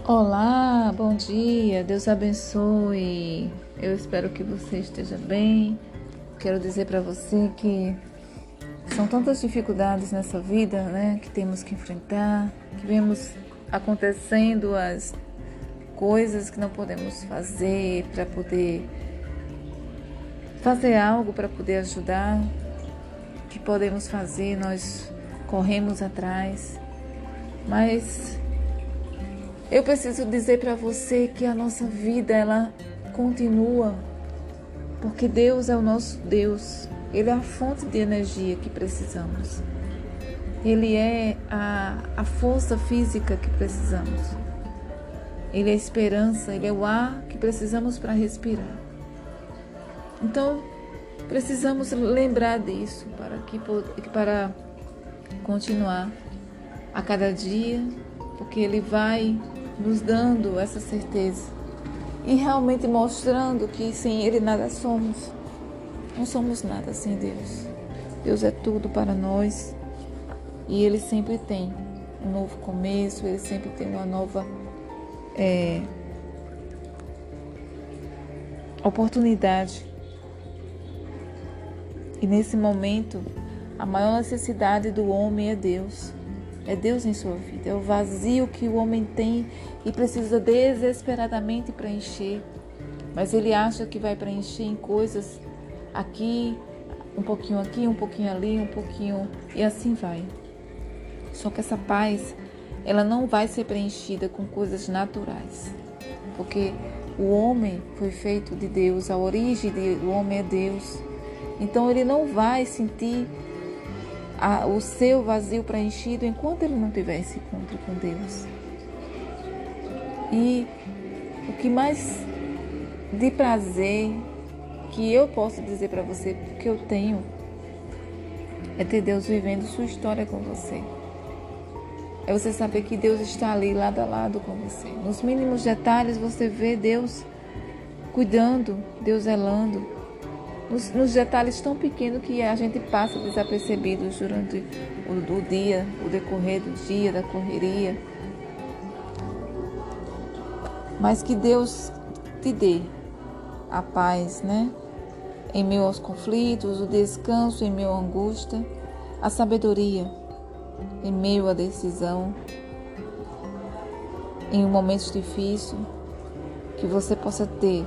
Olá, bom dia, Deus abençoe. Eu espero que você esteja bem. Quero dizer para você que são tantas dificuldades nessa vida, né, que temos que enfrentar, que vemos acontecendo as coisas que não podemos fazer para poder fazer algo para poder ajudar, que podemos fazer, nós corremos atrás, mas eu preciso dizer para você que a nossa vida, ela continua, porque Deus é o nosso Deus. Ele é a fonte de energia que precisamos. Ele é a força física que precisamos. Ele é a esperança, Ele é o ar que precisamos para respirar. Então, precisamos lembrar disso para continuar a cada dia, porque Ele vai nos dando essa certeza e realmente mostrando que sem Ele nada somos. Não somos nada sem Deus. Deus é tudo para nós e Ele sempre tem um novo começo, Ele sempre tem uma nova oportunidade. E nesse momento, a maior necessidade do homem é Deus. É Deus em sua vida, é o vazio que o homem tem e precisa desesperadamente preencher. Mas ele acha que vai preencher em coisas aqui, um pouquinho ali, um pouquinho, e assim vai. Só que essa paz, ela não vai ser preenchida com coisas naturais. Porque o homem foi feito de Deus, a origem do homem é Deus. Então ele não vai sentir o seu vazio preenchido enquanto ele não tiver esse encontro com Deus. E o que mais de prazer que eu posso dizer para você, que eu tenho, é ter Deus vivendo sua história com você. É você saber que Deus está ali lado a lado com você. Nos mínimos detalhes você vê Deus cuidando, Deus zelando. Nos detalhes tão pequenos que a gente passa desapercebidos durante o dia, o decorrer do dia, da correria. Mas que Deus te dê a paz, né? Em meio aos conflitos, o descanso em meio à angústia, a sabedoria em meio à decisão, em momentos difíceis, que você possa ter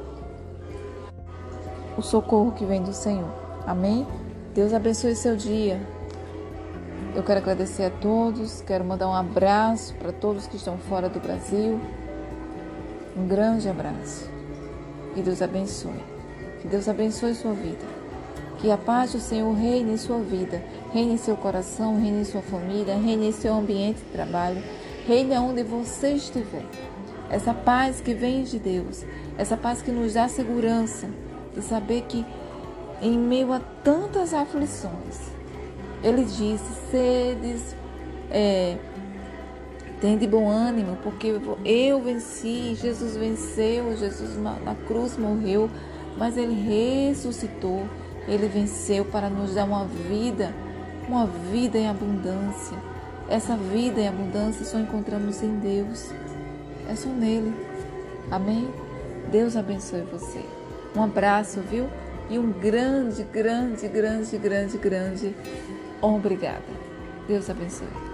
o socorro que vem do Senhor. Amém? Deus abençoe seu dia. Eu quero agradecer a todos, quero mandar um abraço para todos que estão fora do Brasil. Um grande abraço. Que Deus abençoe. Que Deus abençoe sua vida. Que a paz do Senhor reine em sua vida, reine em seu coração, reine em sua família, reine em seu ambiente de trabalho, reine onde você estiver. Essa paz que vem de Deus, essa paz que nos dá segurança, de saber que em meio a tantas aflições, Ele disse, tende bom ânimo, porque eu venci, Jesus venceu, Jesus na cruz morreu, mas Ele ressuscitou, Ele venceu para nos dar uma vida em abundância. Essa vida em abundância só encontramos em Deus, é só nele. Amém? Deus abençoe você. Um abraço, viu? E um grande obrigada. Deus abençoe.